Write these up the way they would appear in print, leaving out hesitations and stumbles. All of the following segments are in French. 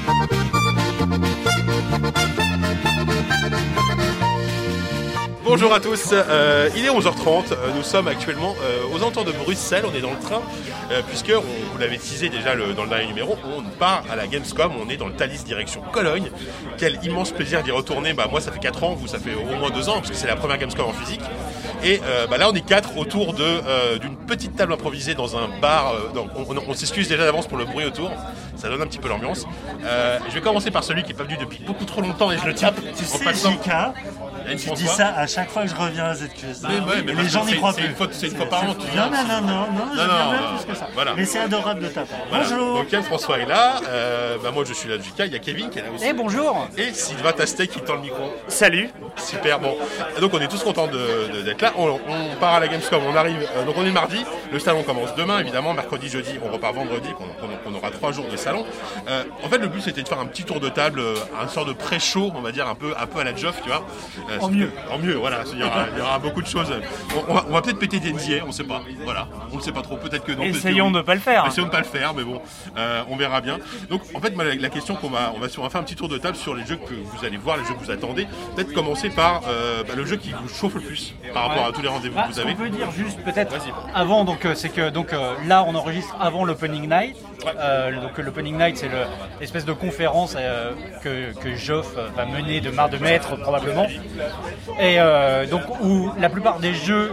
Bonjour à tous, il est 11h30, nous sommes actuellement aux alentours de Bruxelles, on est dans le train, puisque, vous l'avez teasé déjà dans le dernier numéro, on part à la Gamescom, on est dans le Thalys direction Cologne. Quel immense plaisir d'y retourner, moi ça fait 4 ans, vous ça fait au moins 2 ans, parce que c'est la première Gamescom en physique. Et là on est 4 autour d'une petite table improvisée dans un bar, on s'excuse déjà d'avance pour le bruit autour, ça donne un petit peu l'ambiance. Je vais commencer par celui qui n'est pas venu depuis beaucoup trop longtemps et je le tiens tu en sais, passant. JK, tu dis ça à chaque fois que je reviens à ZQSD. Mais les gens n'y croient plus. C'est une fois par an. Non, je viens même plus que ça. Voilà. Mais c'est adorable de ta part. Voilà. Bonjour. Donc Yann François est là, moi je suis là de JK, il y a Kevin qui est là aussi. Et bonjour. Et Sylvain Tastet qui tend le micro. Salut. Super, bon. Donc on est tous contents d'être là. On part à la Gamescom, on arrive, donc on est mardi, le salon commence demain évidemment, mercredi, jeudi, on repart vendredi, on aura 3 jours de salon. En fait le but c'était de faire un petit tour de table, un sort de pré-show, on va dire un peu à la Geoff, tu vois. En mieux, voilà, il y aura beaucoup de choses. On va peut-être péter des NDA, on sait pas, voilà, on ne sait pas trop, peut-être que non. Essayons de pas le faire. Essayons de pas le faire, mais bon, on verra bien. Donc en fait la question on va faire un petit tour de table sur les jeux que vous allez voir, les jeux que vous attendez. Peut-être commencer par le jeu qui vous chauffe le plus par rapport à tous les rendez-vous que vous avez. Ce qu'on peut dire juste peut-être avant, c'est que là on enregistre avant l'Opening Night. Donc l'Opening Night c'est l'espèce de conférence que Geoff va mener de Mar de Maître probablement. Et donc où la plupart des jeux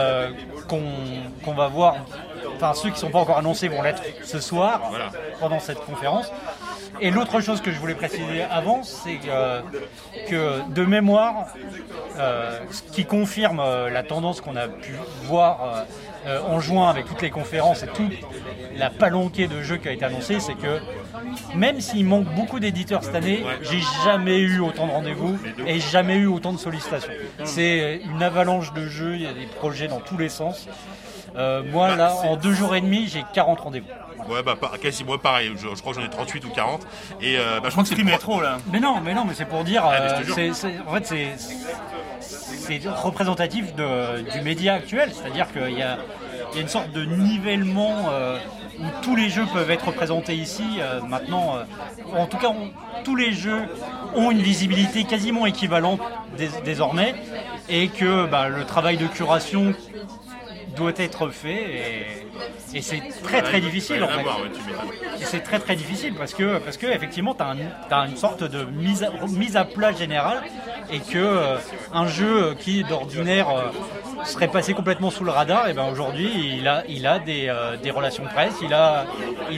qu'on va voir, enfin ceux qui ne sont pas encore annoncés vont l'être ce soir pendant cette conférence. Et l'autre chose que je voulais préciser avant, c'est que de mémoire, ce qui confirme la tendance qu'on a pu voir en juin avec toutes les conférences et toute la palanquée de jeux qui a été annoncée, c'est que même s'il manque beaucoup d'éditeurs cette année, j'ai jamais eu autant de rendez-vous et jamais eu autant de sollicitations. C'est une avalanche de jeux, il y a des projets dans tous les sens. Moi là, en 2 jours et demi, j'ai 40 rendez-vous. Ouais, quasi moi pareil, je crois que j'en ai 38 ou 40. Et je crois que c'est trop là. Mais non, mais c'est pour dire. En fait, c'est représentatif du média actuel, c'est-à-dire qu'il y a une sorte de nivellement où tous les jeux peuvent être représentés ici. Maintenant, en tout cas, tous les jeux ont une visibilité quasiment équivalente désormais, et que le travail de curation doit être fait et c'est très difficile en fait. Et c'est très difficile parce que effectivement t'as une sorte de mise à plat générale, et que un jeu qui d'ordinaire serait passé complètement sous le radar, et aujourd'hui il a des relations presse, il a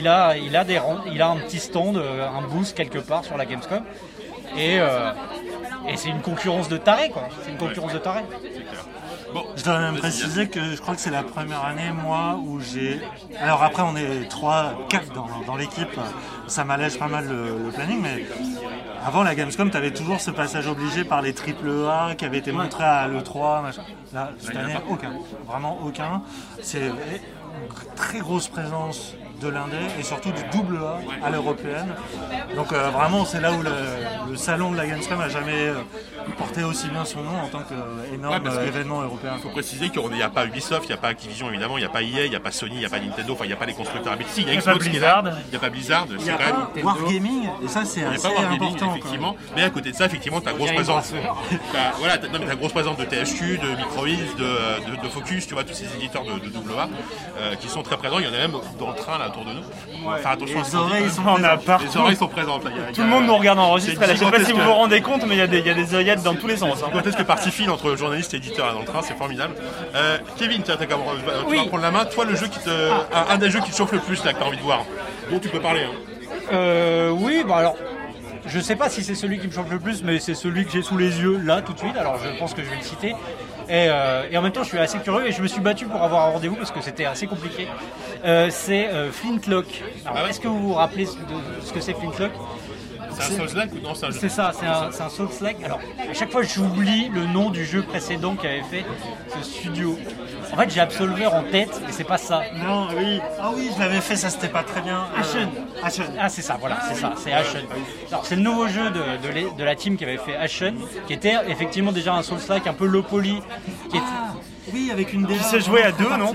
un petit stand, un booth quelque part sur la Gamescom, et c'est une concurrence de tarés quoi. C'est une concurrence de tarés. Bon, je dois même préciser que je crois que c'est la première année, moi, où j'ai... Alors après, on est 3-4 dans l'équipe, ça m'allège pas mal le planning, mais avant la Gamescom, tu avais toujours ce passage obligé par les AAA qui avaient été montrés à l'E3, machin. Là, cette année, aucun. Vraiment aucun. C'est une très grosse présence de l'indé et surtout du double A à l'européenne. Donc vraiment c'est là où le salon de la Gamescom a jamais porté aussi bien son nom en tant qu'énorme événement européen. Il faut préciser qu'il n'y a pas Ubisoft, il n'y a pas Activision évidemment, il n'y a pas EA, il n'y a pas Sony, il n'y a pas Nintendo, enfin il n'y a pas les constructeurs habituels. Si, il y a Xbox qui est là, il n'y a pas Blizzard, il n'y a pas Wargaming, et ça c'est assez important. Effectivement. Mais à côté de ça, effectivement, tu as grosse présence. T'as grosse présence de THQ, de Microids, de Focus, tu vois, tous ces éditeurs de AA qui sont très présents. Il y en a même dans le train là autour de nous. Faire attention à ce les oreilles sont présentes. Tout le monde nous regarde enregistrer. Je ne sais pas si vous vous rendez compte, mais il y a des œillettes dans tous les sens. Quand est-ce que partie fine entre journalistes et éditeurs dans le train, c'est formidable. Kevin, tu vas prendre la main. Toi, le jeu un des jeux qui te chauffe le plus là que tu as envie de voir, dont tu peux parler. Oui, alors. Je sais pas si c'est celui qui me chauffe le plus, mais c'est celui que j'ai sous les yeux là tout de suite, alors je pense que je vais le citer. Et en même temps je suis assez curieux et je me suis battu pour avoir un rendez-vous parce que c'était assez compliqué. C'est Flintlock. Alors, est-ce que vous vous rappelez de ce que c'est Flintlock ? C'est un Souls-like ou non? C'est ça, c'est un Souls-like. Alors, à chaque fois, j'oublie le nom du jeu précédent qu'avait fait ce studio. En fait, j'ai Absolver en tête, et c'est pas ça. Non, oui. Ah oui, je l'avais fait, ça c'était pas très bien. Ashen. Ah, c'est ça, voilà, c'est ça, c'est Ashen. Alors, c'est le nouveau jeu de la team qui avait fait Ashen, qui était effectivement déjà un Souls-like un peu low poly, Oui, avec une DA. Qui s'est joué à deux, non?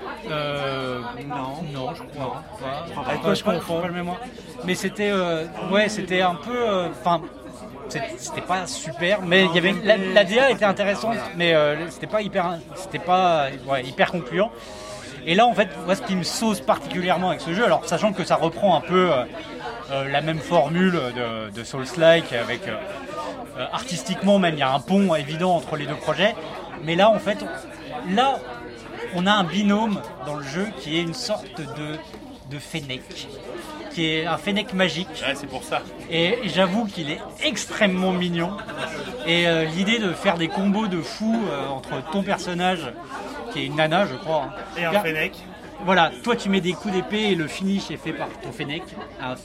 Non, je crois pas. Avec quoi je confonds pas le mémoire. Mais c'était c'était un peu c'était pas super, mais il y avait la DA était intéressante, mais c'était pas hyper concluant. Et là en fait, moi ce qui me sauce particulièrement avec ce jeu, alors sachant que ça reprend un peu la même formule de Souls-like avec artistiquement même il y a un pont évident entre les deux projets, mais là en fait on a un binôme dans le jeu qui est une sorte de Fennec, qui est un Fennec magique. Ouais, c'est pour ça. Et j'avoue qu'il est extrêmement mignon. Et l'idée de faire des combos de fou entre ton personnage, qui est une nana, je crois. Et un Fennec. Voilà, toi tu mets des coups d'épée et le finish est fait par ton Fennec. Un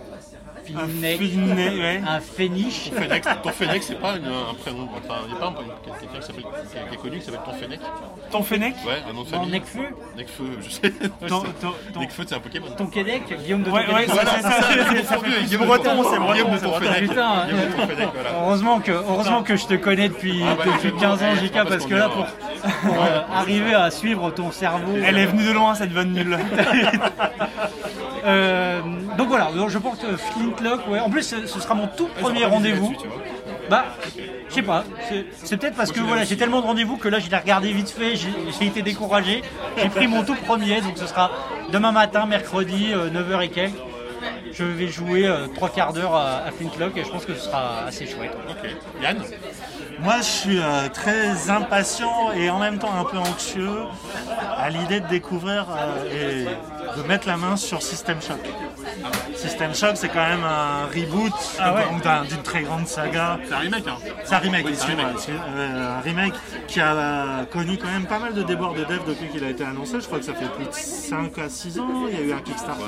Féniche. Ton Fennec, c'est pas un prénom. Enfin, il n'y a pas quelqu'un qui est connu qui s'appelle Ton Fennec. Ton Fennec? Ouais, un nom de famille. Necfeu, je sais. Necfeu, c'est un Pokémon. ton Québec, Guillaume de Ouais, Tonquédec. voilà, c'est ça. C'est breton, c'est breton. Guillaume de Ton Fennec. Putain, Guillaume de Ton Fennec, voilà. heureusement que je te connais depuis 15 ans, JK, parce que là, pour arriver à suivre ton cerveau. Elle est venue de loin, cette bonne nulle. Donc voilà, je pense que Flintlock, ouais. En plus, ce sera mon tout premier rendez-vous. Bah, je sais pas, c'est peut-être parce que voilà, j'ai tellement de rendez-vous que là je l'ai regardé vite fait, j'ai été découragé. J'ai pris mon tout premier, donc ce sera demain matin, mercredi, 9h et quelques. Je vais jouer 3/4 d'heure à Flintlock et je pense que ce sera assez chouette. Ok. Yann? Moi, je suis très impatient et en même temps un peu anxieux à l'idée de découvrir et de mettre la main sur System Shock. System Shock, c'est quand même un reboot d'une très grande saga. C'est un remake, hein? C'est un remake, Oui, excuse-moi. Un remake qui a connu quand même pas mal de déboires de dev depuis qu'il a été annoncé. Je crois que ça fait plus de 5 à 6 ans. Il y a eu un Kickstarter.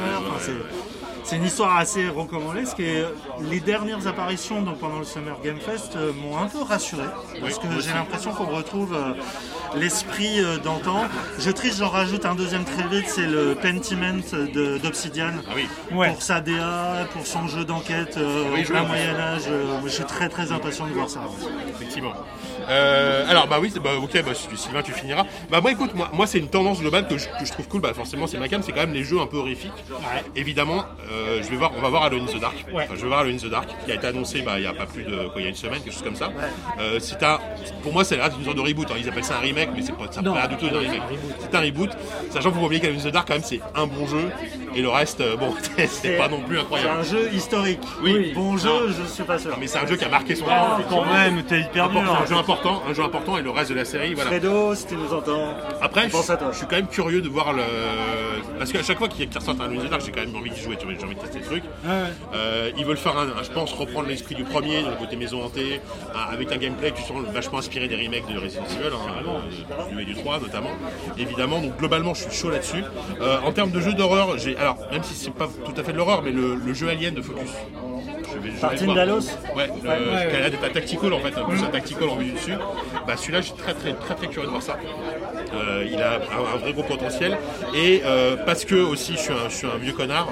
C'est une histoire assez rocambolesque et les dernières apparitions donc, pendant le Summer Game Fest m'ont un peu rassuré parce que j'ai l'impression qu'on retrouve l'esprit d'antan. Je triche, j'en rajoute un deuxième très vite, c'est le Pentiment d'Obsidian. Ah oui. Pour sa DA, pour son jeu d'enquête au plein Moyen-Âge. Je suis très très impatient de voir ça. Effectivement. Alors Sylvain, tu finiras. Moi écoute, moi c'est une tendance globale que je trouve cool. Forcément c'est ma cam, c'est quand même les jeux un peu horrifiques. Ouais. Évidemment, on va voir Alone in the Dark. Ouais. Enfin, je vais voir Alone in the Dark, qui a été annoncé il y a pas plus de il y a une semaine, quelque chose comme ça. Pour moi c'est une sorte de reboot. Ils appellent ça un remake, mais ça n'a pas du tout un remake. C'est un reboot. Sachant qu'il faut oublier qu'Alone in the Dark quand même c'est un bon jeu et le reste c'est pas non plus incroyable. C'est un jeu historique. Oui. Bon jeu, je suis pas sûr. Non, mais c'est un jeu qui a marqué son temps. Quand même, t'es hyper dur. Un jeu important et le reste de la série, voilà. Fredo, si tu nous entends. Après, pense à toi. je suis quand même curieux de voir parce qu'à chaque fois qu'il ressort un Alone in the Dark, j'ai quand même envie d'y jouer, j'ai envie de tester le truc. Ils veulent faire je pense reprendre l'esprit du premier, le côté maison hantée, avec un gameplay qui sont vachement inspiré des remakes de Resident Evil, du 2 et du 3 notamment. Évidemment, donc globalement, je suis chaud là-dessus. En termes de jeu d'horreur, même si c'est pas tout à fait de l'horreur, mais le jeu Alien de Focus. Martin Dalos. Ouais, qui a l'air d'être un tactical en fait, plus un tactical en vue du dessus. Celui-là, je suis très curieux de voir ça. Il a un vrai gros potentiel et parce que aussi je suis un vieux connard.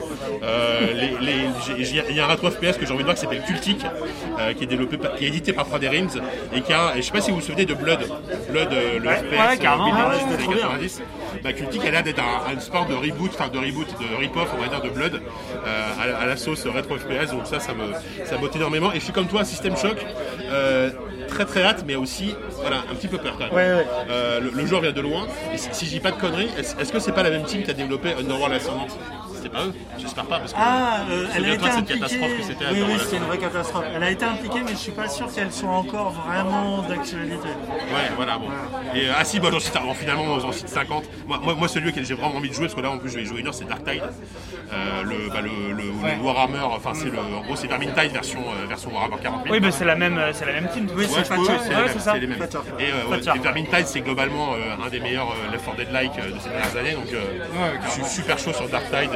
Il y a un rétro FPS que j'ai envie de voir qui s'appelle Cultic, qui est édité par 3D Realms et je sais pas si vous vous souvenez de Blood, le FPS carrément, des années 90. Cultic a l'air d'être un sport de reboot, de rip-off on va dire de Blood à la sauce rétro FPS, donc ça me botte énormément et je suis comme toi, System Shock. Très hâte, mais aussi un petit peu peur quand même. Le joueur vient de loin et si je dis pas de conneries, est-ce que c'est pas la même team qui a développé Underworld Ascendant? C'était pas eux, j'espère pas parce que elle a été cette impliquée. catastrophe que c'était. Oui, c'était une vraie catastrophe. Elle a été impliquée, mais je suis pas sûr qu'elle soit encore vraiment d'actualité. Ouais, voilà, bon. Et finalement, on en cite 50. Moi, celui auquel j'ai vraiment envie de jouer, parce que là, en plus, je vais y jouer une heure, c'est Dark Tide. Le Warhammer, en gros, c'est Vermintide version Warhammer 40 000. Oui, c'est la même team. Oui, c'est ça. Les mêmes. Et Vermintide, c'est globalement un des meilleurs Left 4 Dead-like de ces dernières années. Donc, je suis super chaud sur Dark Tide.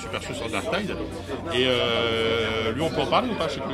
Et lui, on peut en parler ou pas? Je sais plus.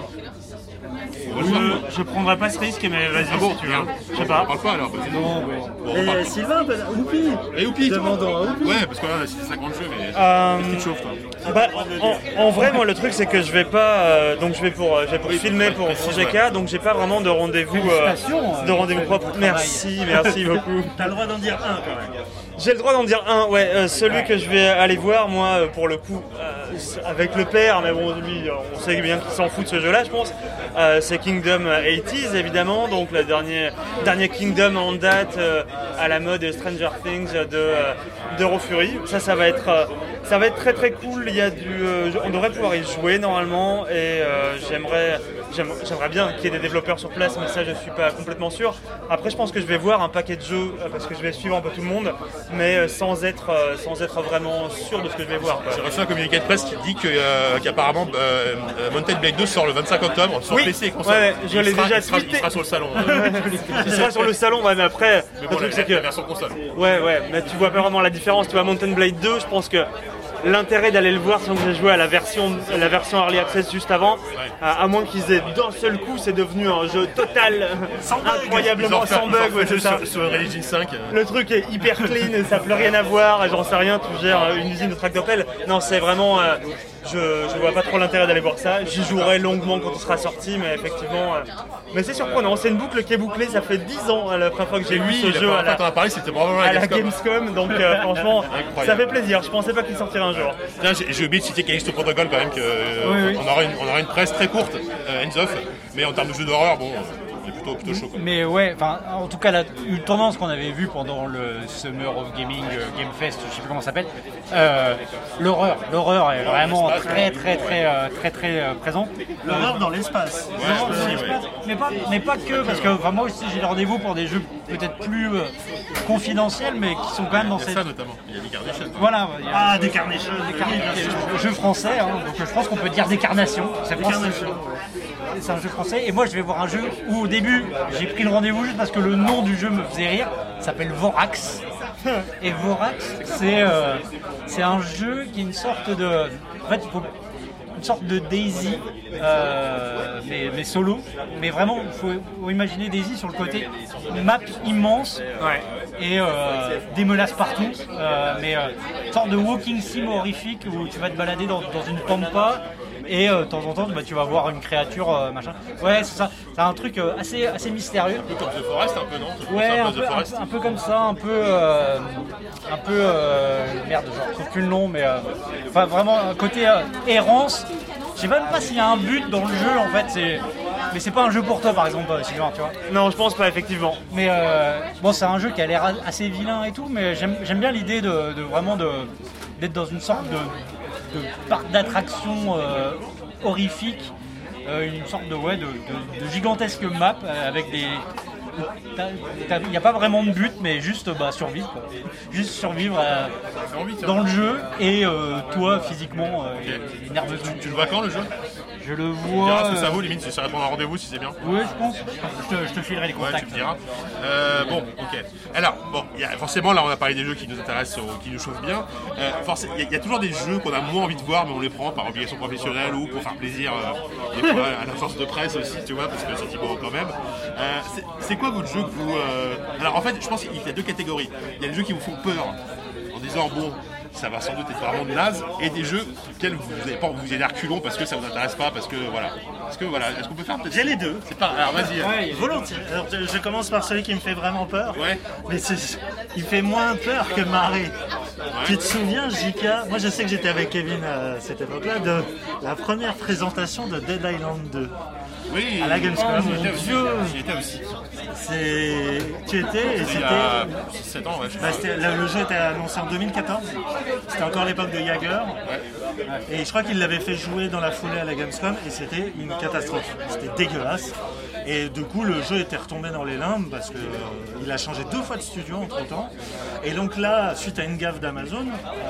Je prendrai pas ce risque, mais vas-y si tu veux. Je sais On pas. parle pas alors. Et Sylvain, Oupi. Et Oupi. Demandons à Oupi. Ouais, parce que là, on a cité 50 jeux, mais qu'est-ce qui te chauffe, toi? En vrai, moi, le truc, c'est que je vais pas. Donc, je vais pour filmer pour GK, donc j'ai pas vraiment de rendez-vous. Propre. Merci beaucoup. T'as le droit d'en dire un quand même. J'ai le droit d'en dire un, ouais. Celui que je vais aller voir, moi, pour le coup, avec le père, mais bon, lui, on sait bien qu'il s'en fout de ce jeu-là, je pense. C'est Kingdom 80s, évidemment, donc le dernier Kingdom en date à la mode Stranger Things d'Eurofury. Ça va être très très cool. Il y a on devrait pouvoir y jouer normalement, et j'aimerais bien qu'il y ait des développeurs sur place, mais ça je suis pas complètement sûr. Après, je pense que je vais voir un paquet de jeux parce que je vais suivre un peu tout le monde, mais sans être vraiment sûr de ce que je vais voir. J'ai reçu un communiqué de presse qui dit qu'apparemment Mountain Blade 2 sort le 25 octobre sur PC et console. Ouais, je l'ai déjà tweeté. Il sera sur le salon. Il sera sur le salon, ouais, mais après, le truc c'est que la version console. Ouais, mais tu vois pas vraiment la différence. Tu vois, Mountain Blade 2, je pense que l'intérêt d'aller le voir, c'est que j'ai joué à la version Early Access juste avant, à moins qu'ils aient d'un seul coup, c'est devenu un jeu total, incroyablement sans bug. Ouais, c'est ça. Sur Origin 5. Le truc est hyper clean, et ça n'a plus rien à voir, et j'en sais rien, tu gères une usine de tractopelle. Non, c'est vraiment... Je vois pas trop l'intérêt d'aller voir ça. J'y jouerai longuement quand il sera sorti, mais effectivement... mais c'est surprenant, c'est une boucle qui est bouclée, ça fait 10 ans la première fois que j'ai vu ce jeu à la Gamescom, donc franchement, ça fait plaisir. Je pensais pas qu'il sortirait un jour. J'ai oublié de citer Callisto Protocol quand même, on aura une presse très courte, hands-off, mais en termes de jeu d'horreur, bon... plutôt chaud, quoi. Mais ouais, en tout cas, une tendance qu'on avait vue pendant le Summer of Gaming, Game Fest, je sais plus comment ça s'appelle, l'horreur est vraiment très présente. L'horreur dans l'espace. Mais pas que, parce que moi aussi j'ai le rendez-vous pour des jeux peut-être plus confidentiels, mais qui sont quand même dans cette... Il y a ça notamment, il y a Decarnation. Voilà. Decarnation. Jeu français, hein, donc je pense qu'on peut dire Décarnation. C'est un jeu français, et moi je vais voir un jeu où au début j'ai pris le rendez-vous juste parce que le nom du jeu me faisait rire. Ça s'appelle Vorax, et Vorax c'est un jeu qui est une sorte de... En fait, une sorte de Daisy, mais solo, mais vraiment il faut imaginer Daisy sur le côté map immense, et des menaces partout, mais une sorte de walking sim horrifique où tu vas te balader dans une pampa, et de temps en temps tu vas voir une créature machin. Ouais, c'est ça, c'est un truc assez mystérieux. Un peu comme The Forest, un peu, non? Ouais, un peu comme ça, un peu merde, je retrouve plus le nom, mais enfin vraiment un côté errance. Je sais même pas s'il y a un but dans le jeu en fait, mais c'est pas un jeu pour toi par exemple, Sylvain, tu vois. Non, je pense pas, effectivement. Mais bon, c'est un jeu qui a l'air assez vilain et tout, mais j'aime bien l'idée de vraiment d'être dans une sorte de parc d'attractions horrifique, une sorte de gigantesque map avec des... Il n'y a pas vraiment de but, mais juste survivre, quoi. Juste survivre dans le jeu, et toi physiquement nerveusement. Tu le vois quand, le jeu? Je le Tu me diras vois. ce que ça vaut, limite, si ça répond à un rendez-vous, si c'est bien. Oui, je pense. Je te filerai les contacts. Ouais, tu me diras. Bon, ok. Alors, bon, forcément, là, on a parlé des jeux qui nous intéressent, qui nous chauffent bien. Il y a toujours des jeux qu'on a moins envie de voir, mais on les prend par obligation professionnelle ou pour faire plaisir, des fois, à la force de presse aussi, tu vois, parce que c'est Thibaut quand même. C'est quoi votre jeu que vous... Alors, en fait, je pense qu'il y a deux catégories. Il y a les jeux qui vous font peur, en disant, bon... ça va sans doute être vraiment naze, et des jeux auxquels vous n'avez pas vous allez reculons parce que ça vous intéresse pas, parce que voilà. Est-ce qu'on peut faire peut-être... J'ai les deux. C'est pas... Alors vas-y. Ouais, volontiers. Alors, je commence par celui qui me fait vraiment peur. Ouais. Mais il fait moins peur que Marée. Tu te souviens, JK, moi je sais que j'étais avec Kevin à cette époque-là, de la première présentation de Dead Island 2. Oui, à la Gamescom. Oh mon Dieu, j'y étais aussi. Tu étais, et c'était... Il y a 7 ans, ouais. Le jeu était annoncé en 2014. C'était encore l'époque de Jagger. Ouais. Et je crois qu'il l'avait fait jouer dans la foulée à la Gamescom, et c'était une catastrophe. C'était dégueulasse. Et du coup, le jeu était retombé dans les limbes parce qu'il a changé 2 fois de studio entre-temps. Et donc là, suite à une gaffe d'Amazon,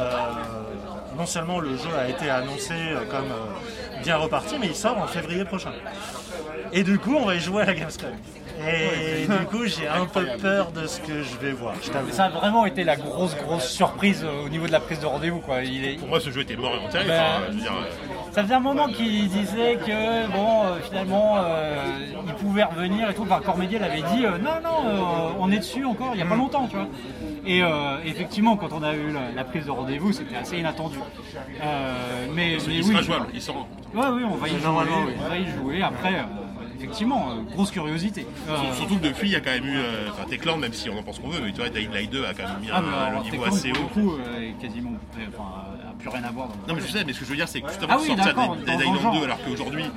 non seulement le jeu a été annoncé comme bien reparti, mais il sort en février prochain. Et du coup, on va y jouer à la Gamescom. Et du coup, j'ai un peu peur de ce que je vais voir, je t'avoue. Ça a vraiment été la grosse surprise au niveau de la prise de rendez-vous, quoi. Pour moi, ce jeu était mort et enterré. Ça faisait un moment qu'il disait que finalement il pouvait revenir et tout. Enfin, Cormédiel avait dit non, on est dessus encore, il n'y a pas longtemps, tu vois. Et effectivement, quand on a eu la prise de rendez-vous, c'était assez inattendu. Mais Il oui, sera jouable, il sort. ouais, oui, on va y jouer. On va y jouer. Après, effectivement, grosse curiosité. Surtout que depuis, il y a quand même eu. Techland, même si on en pense qu'on veut, mais tu vois, Dying Light 2 a quand même mis le niveau assez haut. Du coup, quasiment, a plus rien à voir. Non, mais je sais, mais ce que je veux dire, c'est que justement, tu sortir des Dying 2, alors qu'aujourd'hui,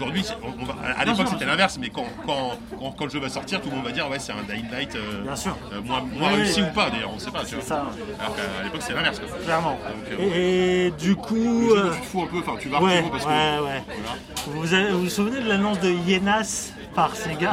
à l'époque, c'était l'inverse, mais quand le jeu va sortir, tout le monde va dire, ouais, c'est un Dying Light moins réussi ou pas, d'ailleurs, on sait pas, tu vois. Ça. Alors qu'à l'époque, c'est l'inverse, quoi. Clairement. Donc, et du coup. Tu te fous un peu, enfin, tu vas reculons parce que. Ouais. Voilà. Vous vous souvenez de l'annonce de Yenas par Sega?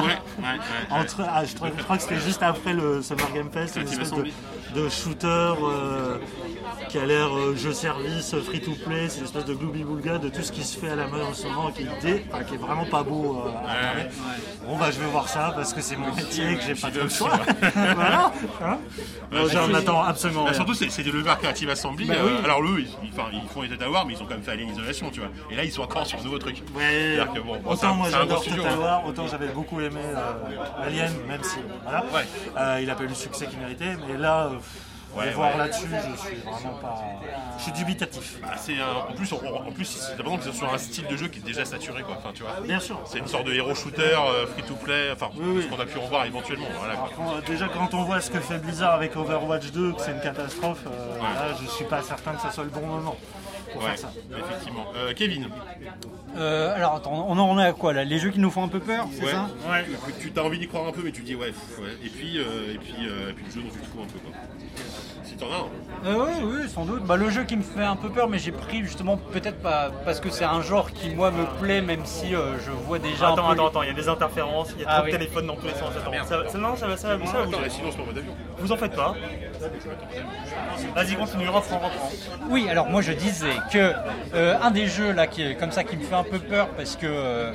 Je crois que c'était juste après le Summer Game Fest, une espèce de shooter qui a l'air jeu-service, free-to-play, c'est une espèce de gloubi-boulga de tout ce qui se fait à la mode en ce moment, qui est vraiment pas beau à regarder. Bon bah je vais voir ça parce que c'est mon métier et que j'ai pas de choix. Voilà. J'en attends absolument rien. Surtout c'est de l'Ever Creative Assembly. Alors eux ils font les Total War, mais ils ont quand même fait Alien Isolation, tu vois. Et là ils sont encore sur un nouveau truc. Ouais. Autant moi j'adore Total War, autant j'avais beaucoup aimé Alien, même si voilà. Il a pas eu le succès qu'il méritait, mais là. Voir là-dessus, je suis vraiment pas. Je suis dubitatif. En plus, c'est d'abord qu'ils sont sur un style de jeu qui est déjà saturé, quoi. Enfin, tu vois. Bien sûr. C'est une sorte de hero shooter, free-to-play, enfin, ce qu'on a pu en voir éventuellement. Voilà, quoi. Déjà, quand on voit ce que fait Blizzard avec Overwatch 2, que c'est une catastrophe, là, je suis pas certain que ça soit le bon moment pour faire ça. Effectivement. Kevin. Alors attends, on en est à quoi là? Les jeux qui nous font un peu peur, c'est ça? Ouais. Tu t'as envie d'y croire un peu, mais tu dis ouais. Et puis le jeu dont tu te fous un peu, quoi. Si t'en as un. Oui, sans doute. Le jeu qui me fait un peu peur, mais j'ai pris justement peut-être pas parce que c'est un genre qui moi me plaît, même si je vois déjà. Attends, il y a des interférences, il y a trop de téléphones dans tous les sens. Ça va bouger. Sinon, c'est pas en mode avion. Vous en faites pas. Vas-y, continue, reprends. Oui, alors moi je disais que un des jeux là qui est comme ça qui me fait un peu peur parce que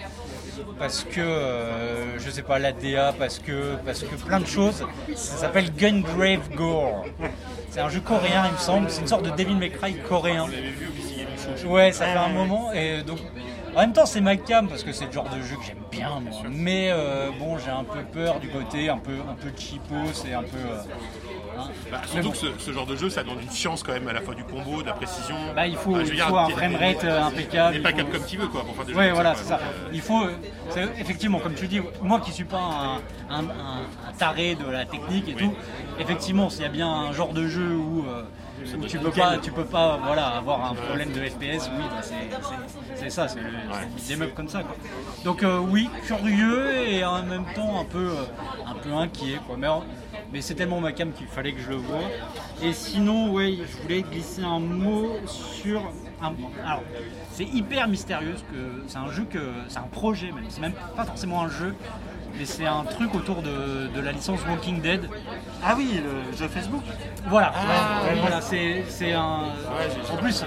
je sais pas, l'ADA, parce que plein de choses, ça s'appelle Gungrave Gore. C'est un jeu coréen, il me semble, c'est une sorte de Devil May Cry coréen. Ouais, ça fait un moment, et donc en même temps c'est ma cam parce que c'est le genre de jeu que j'aime bien moi. Mais bon, j'ai un peu peur du côté un peu cheapos, c'est un peu surtout que ce genre de jeu, ça demande une science quand même à la fois du combo, de la précision. Il faut un framerate impeccable. Et pas Capcom qui veut, quoi, pour faire des jeux. Ouais, voilà, c'est ça. Il faut, effectivement, comme tu dis, moi qui suis pas un taré de la technique et tout, effectivement, s'il y a bien un genre de jeu où tu peux pas avoir un problème de FPS, oui, c'est ça, c'est des meubles comme ça, quoi. Donc oui, curieux et en même temps un peu inquiet, quoi. Mais c'est tellement ma cam qu'il fallait que je le voie. Et sinon, je voulais glisser un mot sur alors, c'est hyper mystérieux, que c'est un jeu c'est un projet même. C'est même pas forcément un jeu, mais c'est un truc autour de la licence Walking Dead. Ah oui, le jeu Facebook. Voilà. Voilà, c'est un. En plus,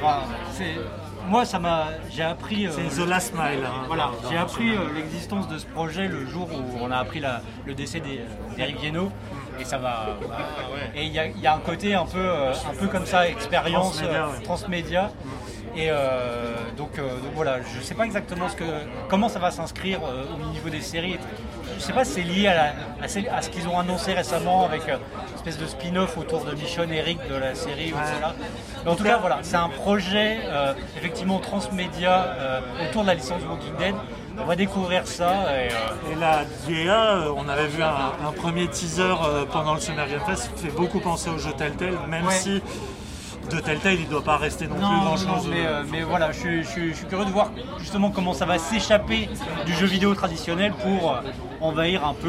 moi, j'ai appris. C'est The Last Mile. Voilà, j'ai appris l'existence de ce projet le jour où on a appris le décès d'Eric Viennot. Et ça va. Et il y a un côté un peu comme ça, expérience transmédia. Et donc voilà, je sais pas exactement comment ça va s'inscrire au niveau des séries. Je sais pas si c'est lié à ce qu'ils ont annoncé récemment avec une espèce de spin-off autour de Michonne et Eric de la série ou celle-là. Mais en tout cas, voilà, c'est un projet effectivement transmédia autour de la licence Walking Dead. On va découvrir ça. Et la DA, on avait vu un premier teaser pendant le Summer Game Fest qui fait beaucoup penser au jeu Telltale, même si de Telltale il ne doit pas rester non plus grand chose. Mais voilà, je suis curieux de voir justement comment ça va s'échapper du jeu vidéo traditionnel pour envahir un peu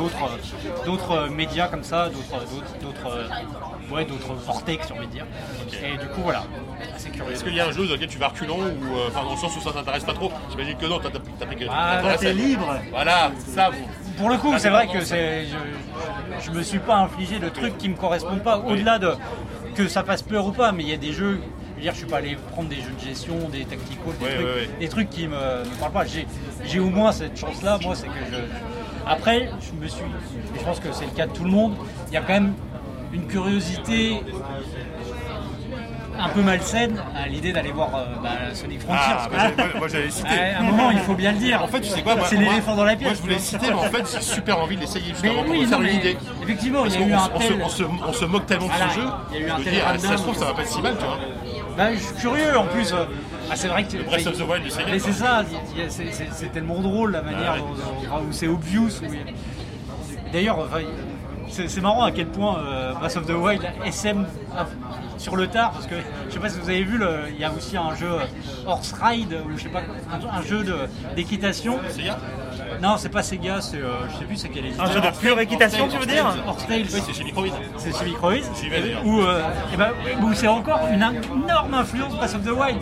d'autres médias comme ça, d'autres vortex, j'ai envie de dire. Okay. Et du coup, voilà, assez curieux. Est-ce qu'il y a un jeu dans lequel tu vas reculons ou dans le sens où ça t'intéresse pas trop? J'imagine que non, t'as pris que. T'es libre. Voilà, ça. Pour le coup, c'est vrai que je me suis pas infligé de trucs qui me correspondent pas, au-delà de que ça fasse peur ou pas, mais il y a des jeux. Je veux dire, je suis pas allé prendre des jeux de gestion, des tacticals, des trucs qui me parlent pas. J'ai au moins cette chance-là, moi, c'est que Après, je pense que c'est le cas de tout le monde, il y a quand même une curiosité un peu malsaine à l'idée d'aller voir Sonic Frontiers. Moi j'allais citer. À un moment, il faut bien le dire. En fait, tu sais quoi, c'est l'éléphant dans la pièce. Moi je voulais citer, mais en fait j'ai super envie de l'essayer juste Mais avant pour oui, me faire non, une mais idée. effectivement, Parce il y a eu un on se moque tellement de Voilà, ce jeu. il y a eu un Je me tel dis, si ça random. se trouve, ça va pas être si mal, tu vois. Bah, je suis curieux en plus. C'est vrai que Breath of the Wild de Sega. mais c'est ça, c'est tellement drôle la manière où c'est obvious. D'ailleurs, c'est marrant à quel point Breath of the Wild SM sur le tard, parce que je sais pas si vous avez vu, il y a aussi un jeu Horse Ride, ou je sais pas, un jeu d'équitation. Sega. Non, c'est pas Sega, c'est je sais plus c'est quel éditeur. Un jeu de pure équitation, tu veux dire? Horse Tales. Oui, c'est chez Microïd. C'est chez Microïd, J'y vais, d'ailleurs. où c'est encore une énorme influence Breath of the Wild.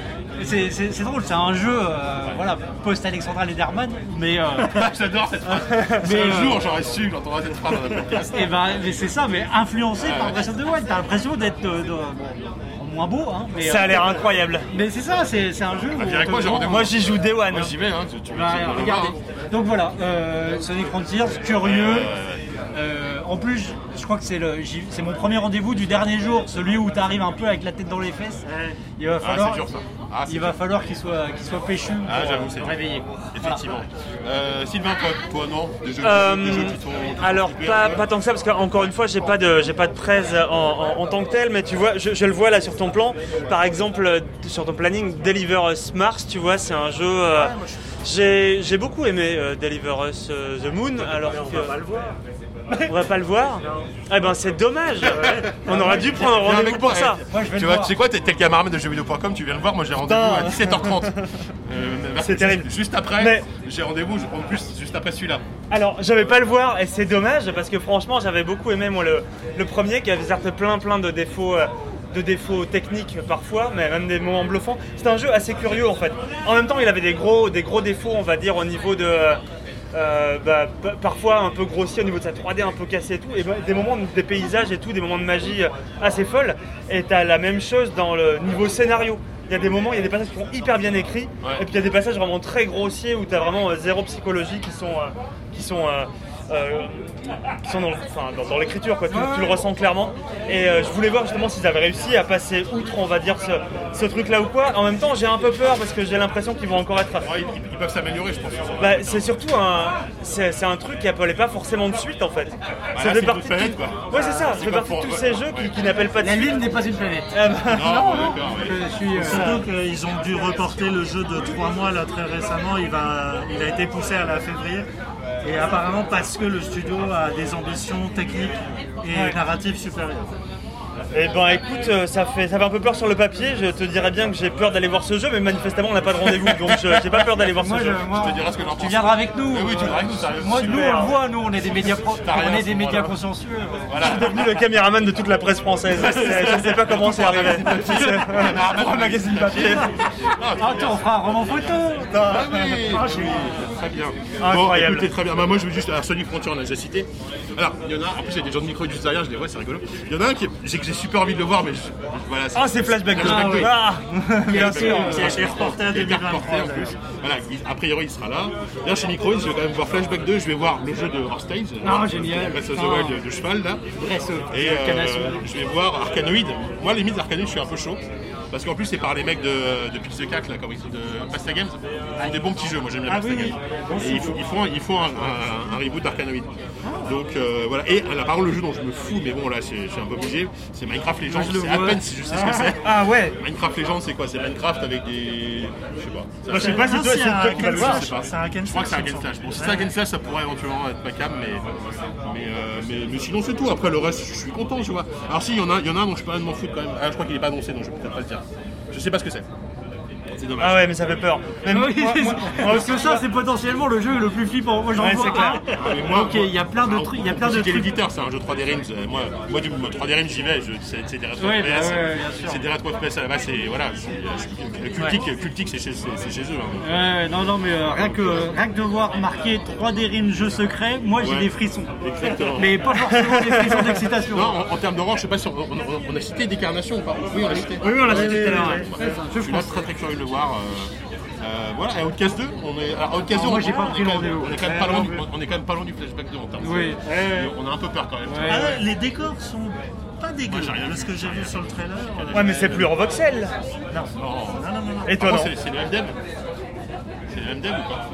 C'est drôle, c'est un jeu post-Alexandra Lederman, mais J'adore cette phrase. Si un jour j'aurais su que j'entendrais cette phrase dans un podcast. mais c'est ça, mais influencé par Breath of the Wild. T'as l'impression d'être moins beau, hein. Mais, Ça a l'air incroyable. Mais c'est ça, c'est un jeu. Avec moi j'ai rendez-vous. Moi j'y joue Day One. Moi j'y vais, hein. Tu Regardez. Donc voilà, Sonic Frontiers, curieux. En plus, je crois que c'est mon premier rendez-vous du dernier jour, celui où tu arrives un peu avec la tête dans les fesses. Il va falloir, c'est dur, ça. il va falloir qu'il soit péchu pour j'avoue, c'est réveiller. Effectivement. Sylvain, toi non, des jeux qui t'ont Alors pas tant que ça, parce qu'encore une fois j'ai pas de presse en tant que tel, mais tu vois, je le vois là sur ton plan, par exemple sur ton planning Deliver Us Mars, tu vois, c'est un jeu j'ai beaucoup aimé Deliver Us The Moon, alors que on va pas le voir. Eh ben c'est dommage. On aurait dû prendre un rendez-vous pour ça. Moi, je vais Tu le vois, voir. tu sais quoi, t'es le camarade de jeuxvideo.com, tu viens le voir, moi j'ai rendez-vous à 17h30. C'est terrible. Juste après, Mais- j'ai rendez-vous, en plus, juste après celui-là. Alors, je vais pas le voir et c'est dommage parce que franchement, j'avais beaucoup aimé moi le premier qui avait certes plein de défauts techniques parfois, mais même des moments bluffants. C'est un jeu assez curieux en fait. En même temps, il avait des gros défauts, on va dire, au niveau de parfois un peu grossier au niveau de sa 3D, un peu cassé et tout, et des moments, des paysages et tout, des moments de magie assez folles. Et t'as la même chose dans le niveau scénario. Il y a des moments, il y a des passages qui sont hyper bien écrits, et puis il y a des passages vraiment très grossiers où t'as vraiment zéro psychologie qui sont dans l'écriture, quoi. Tu le ressens clairement. Et je voulais voir justement s'ils avaient réussi à passer outre, on va dire, ce truc-là ou quoi. En même temps, j'ai un peu peur parce que j'ai l'impression qu'ils vont encore être. Ils peuvent s'améliorer, je pense. C'est surtout c'est un truc qui n'appelait pas forcément de suite en fait. c'est une autre planète, quoi. Ouais, c'est ça. Ça fait partie de tous ces jeux qui n'appellent pas de La suite. Lune n'est pas une planète. Non, d'accord, oui. Je suis. Surtout qu'ils ont dû reporter le jeu de 3 mois là très récemment, il a été poussé à la février. Et apparemment parce que le studio a des ambitions techniques et narratives supérieures. Eh ben écoute, ça fait un peu peur sur le papier. Je te dirais bien que j'ai peur d'aller voir ce jeu, mais manifestement on n'a pas de rendez-vous, donc j'ai pas peur d'aller voir ce jeu. Je te dirai ce que j'en pense. Tu viendras avec nous. Mais oui, tu viendras avec nous, sérieux. Moi, nous, Super. on le voit, nous, on est des médias, rien à ce moment-là. consciencieux. Je suis devenu le caméraman de toute la presse française. Je sais pas comment c'est arrivé. Pour un magazine papier. Attends, on fera un roman photo. Ah oui, très bien. Incroyable. Bon, écoutez, très bien. Moi, je veux juste. Alors, Sonic Frontier, on l'a déjà cité. Alors, il y en a. En plus, il y a des gens de micro juste derrière, je les vois, c'est rigolo. Il y en a un que j'ai super envie de le voir, mais voilà. Ah, c'est Flashback 2. Flashback 2. Ah. Bien sûr. Qui a été reporté à Il a été reporté 2023. en plus. Voilà, a priori, il sera là. D'ailleurs, chez Microïd, je vais quand même voir Flashback 2. Je vais voir le jeu de Horse Tales. Ah, génial. Breath of the Wild de cheval, là. Et je vais voir Arkanoid. Moi, limite, Arkanoid, je suis un peu chaud. Parce qu'en plus, c'est par les mecs de Pix the Cac, là, comme ils sont de Pasta Games. Ils font des bons petits jeux, moi j'aime bien Pasta Games. Et ils font un reboot d'Arkanoid. Donc voilà. Et là, par contre, le jeu dont je me fous, mais bon, là, je suis un peu obligé, c'est Minecraft Legends. C'est à peine si je sais ce que c'est. Ah ouais. Minecraft Legends, c'est quoi? C'est Minecraft avec des. Je sais pas. Je sais pas si toi, c'est toi qui vas le voir. Je sais pas. C'est un Ken Je crois que c'est un Slash, Ken Slash. Bon, si c'est un Ken Slash, ça pourrait éventuellement être ma cam, mais sinon c'est tout. Après le reste, je suis content, tu vois. Alors si, il y en a un dont je peux pas m'en foutre quand même. Ah, je crois qu'il est pas annoncé, donc je vais peut-être pas le dire. Je sais pas ce que c'est. C'est dommage. Ah ouais, mais ça fait peur. Même moi, Parce que ça, c'est potentiellement le jeu le plus flippant. Moi, j'en Ouais, vois c'est clair. Ah, mais moi, Ok, il y a plein de trucs. Il y a plein de C'était trucs. l'éditeur, c'est un jeu 3D Realms. Moi du 3D Realms, j'y vais. C'est des rétro Ouais, FPS. bah ouais, bien sûr. C'est des rétro FPS à la base. C'est voilà. Cultique, c'est chez eux. Hein. Ouais, non, mais rien que de voir marqué 3D Rim jeu secret, moi j'ai Ouais. des frissons. Exactement. Mais pas forcément des frissons d'excitation. Non, en termes d'horreur, je sais pas si on a cité Décarnation ou pas. Oui, on l'a cité. Oui, on l'a cité tout à l'heure. Ouais. Je suis là très curieux de le voir. Voilà, et Outcast 2, Outcast 2, moi, j'ai pas pris le rendez-vous. on est quand même pas loin du Flashback 2 en termes de. Oui. On a un peu peur quand même. Ouais. Ah, les décors sont pas dégueu. Moi, j'ai rien De vu. ce que j'ai vu sur le trailer. Ouais, mais c'est plus en voxel. Non. Et toi, Par non contre, c'est le MDM. C'est le MDM ou pas?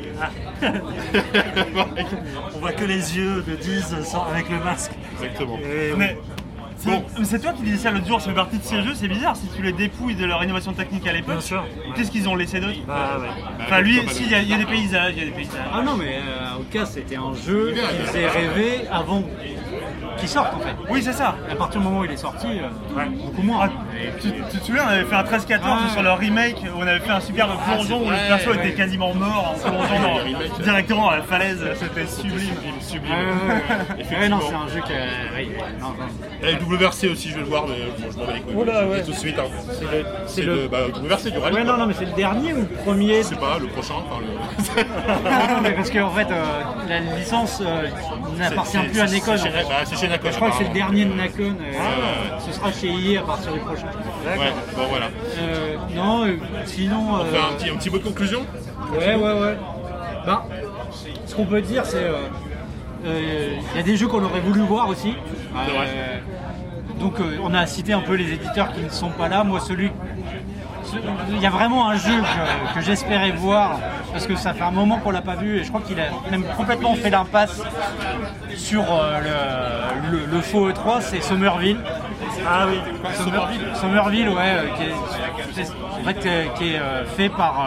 Ouais. On voit que les yeux de Diz avec le masque. Exactement. Et Mais Bon. c'est toi qui disais ça l'autre jour, ça fait partie de ces jeux, c'est bizarre si tu les dépouilles de leur innovation technique à l'époque. Bien sûr. Qu'est-ce qu'ils ont laissé d'autre? Bah ouais. Enfin, lui, comme si, il y a des paysages, il y a des paysages. Ah non, mais Outcast c'était un jeu qui faisait rêver avant qu'il sorte en fait. Oui, c'est ça. À partir du moment où il est sorti, beaucoup moins. Tu te souviens, on avait fait un 13-14 sur le remake, où on avait fait un superbe plongeon où le perso était quasiment mort en plongeant directement à la falaise, c'était sublime. Ouais, non, c'est un jeu qui non. Et WRC aussi, je vais le voir, mais bon, je m'en bats les couilles. Oula, ouais. Tout de suite. Hein. C'est le. Bah, WRC du rallye. Ouais, quoi. non, mais c'est le dernier ou le premier? Je sais pas, le prochain. Enfin, Non, mais parce qu'en fait, la licence n'appartient plus à Nakon. C'est chez Nakon. Je crois que c'est le dernier de Nakon. Ce sera chez EA à partir du prochain. Ouais, bon voilà. Non, sinon. On fait un petit mot de conclusion. Ouais. Bah, ce qu'on peut dire, c'est. Il y a des jeux qu'on aurait voulu voir aussi. Donc, on a cité un peu les éditeurs qui ne sont pas là. Moi, il y a vraiment un jeu que j'espérais voir parce que ça fait un moment qu'on l'a pas vu et je crois qu'il a même complètement fait l'impasse sur le faux E3, c'est Somerville. Ah oui. Somerville, ouais, qui est fait par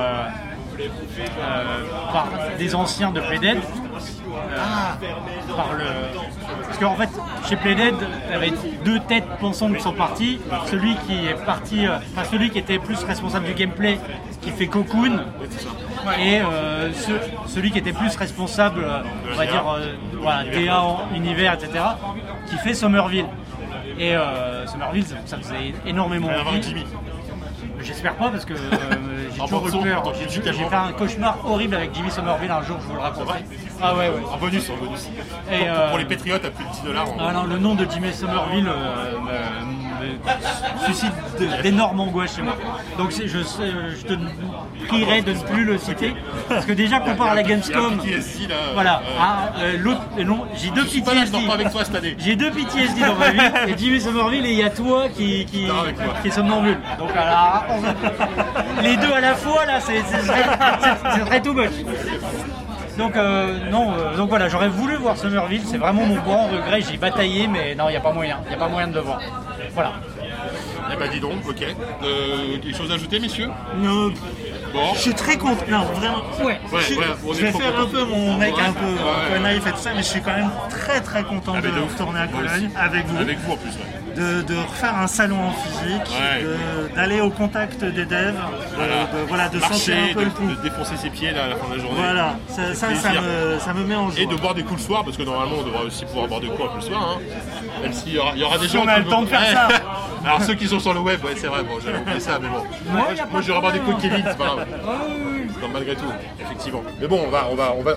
des anciens de Playdead. Parce qu'en fait, chez Playdead, tu avais deux têtes pensantes qui sont parties. Celui qui est parti, celui qui était plus responsable du gameplay, qui fait Cocoon, et celui qui était plus responsable, on va dire, DA en univers, etc., qui fait Somerville. Et Somerville, ça faisait énormément envie. Jimmy. J'espère pas parce que j'ai toujours eu peur. J'ai fait un cauchemar horrible avec Jimmy Somerville un jour, je vous le raconterai. Ah ouais. En bonus. Et, pour les Patriotes à plus de $10. Ah non, le nom de Jimmy Somerville me suscite d'énormes angoisses chez moi. Donc je te prierai de ne plus le citer. Parce que déjà comparé à la Gamescom, PTSD, là, voilà, l'autre, non, j'ai deux je dors PTSD. pas avec toi cette année. J'ai deux PTSD dans ma vie, il y a Jimmy Somerville et il y a toi qui est somnambule. Donc alors, les deux à la fois là, c'est très too much. Donc donc voilà, j'aurais voulu voir Somerville, c'est vraiment mon grand regret, j'ai bataillé mais non, il n'y a pas moyen de le voir. Voilà. Eh ben dis donc, ok. Quelque chose à ajouter, messieurs? Non. Bon. Je suis très content. Non, vraiment. Ouais. On Je est vais trop faire content. un peu mon mec un peu Ouais. naïf et tout ça, mais je suis quand même très content Ah, de mais de ouf. retourner à Moi Cologne aussi. avec vous. Avec vous en plus, ouais. De refaire un salon en physique, Ouais. d'aller au contact des devs, de sentir Marcher, un peu le pouls. de défoncer ses pieds là, à la fin de la journée. Voilà, ça me met en joie. Et de boire des coups le soir, parce que normalement on devrait aussi pouvoir boire des coups un peu le soir. Hein. Même s'il y aura des gens on a qui le temps de faire ça. Alors ceux qui sont sur le web, ouais, c'est vrai, bon, j'avais oublié ça, mais bon. Moi j'irai boire des coups de Kevin, c'est pas grave. Non, malgré tout, effectivement. Mais bon, on va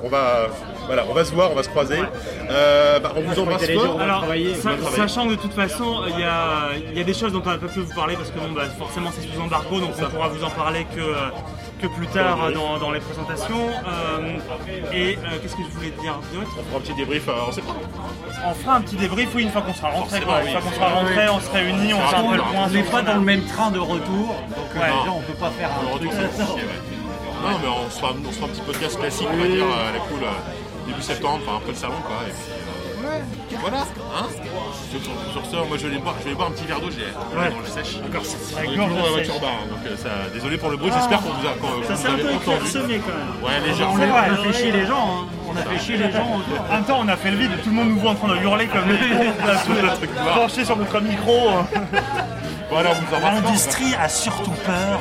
se voir, on va se croiser. On vous embrasse fort. Alors, sachant que de toute façon, il y a des choses dont on n'a pas pu vous parler parce que forcément c'est sous embargo, donc on pourra vous en parler que plus tard dans les présentations. Qu'est-ce que je voulais te dire d'autre? On fera un petit débrief en septembre. On fera un petit débrief, oui, une fois qu'on sera rentré. Forcément, Une fois oui. qu'on sera rentré, on se réunit, on fera un peu le point. On n'est pas dans le même train de retour, donc Ouais. déjà on peut pas faire Le un truc. retour, c'est compliqué, ouais. Non, mais on se fera un petit podcast classique, on va dire, à la cool, début septembre, enfin après le salon, quoi. Et puis, voilà, hein. Sur ce, moi je vais boire un petit verre d'eau, j'ai la gorge sèche. On est toujours dans la voiture bar, hein, donc désolé pour le bruit, j'espère qu'on vous a Ça s'est un peu entendu. clairsemé quand même. Ouais, On légèrement. a fait chier les gens, hein. On a fait chier les gens. En même temps, on a fait le vide, tout le monde nous voit en train de hurler comme des cons, penchés sur notre micro. Voilà, on vous embrasse fort. L'industrie a surtout peur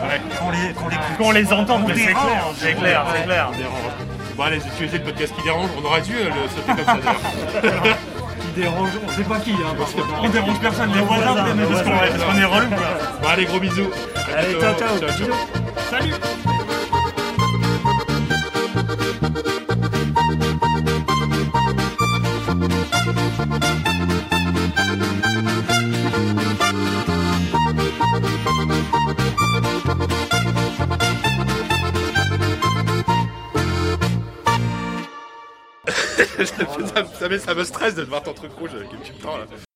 Qu'on les entende, mais c'est dérange. clair, c'est clair. On dérange. Bon allez, utiliser le podcast qui dérange, on aurait dû le sauter comme ça d'ailleurs. Qui dérange, on sait pas qui, hein, parce que On dérange personne, les voisins, mais parce qu'on est relou, quoi. Bon allez, gros bisous. À Allez, bientôt. ciao. Salut. Ça me stresse de devoir t'entrecrouger avec une petite temps là.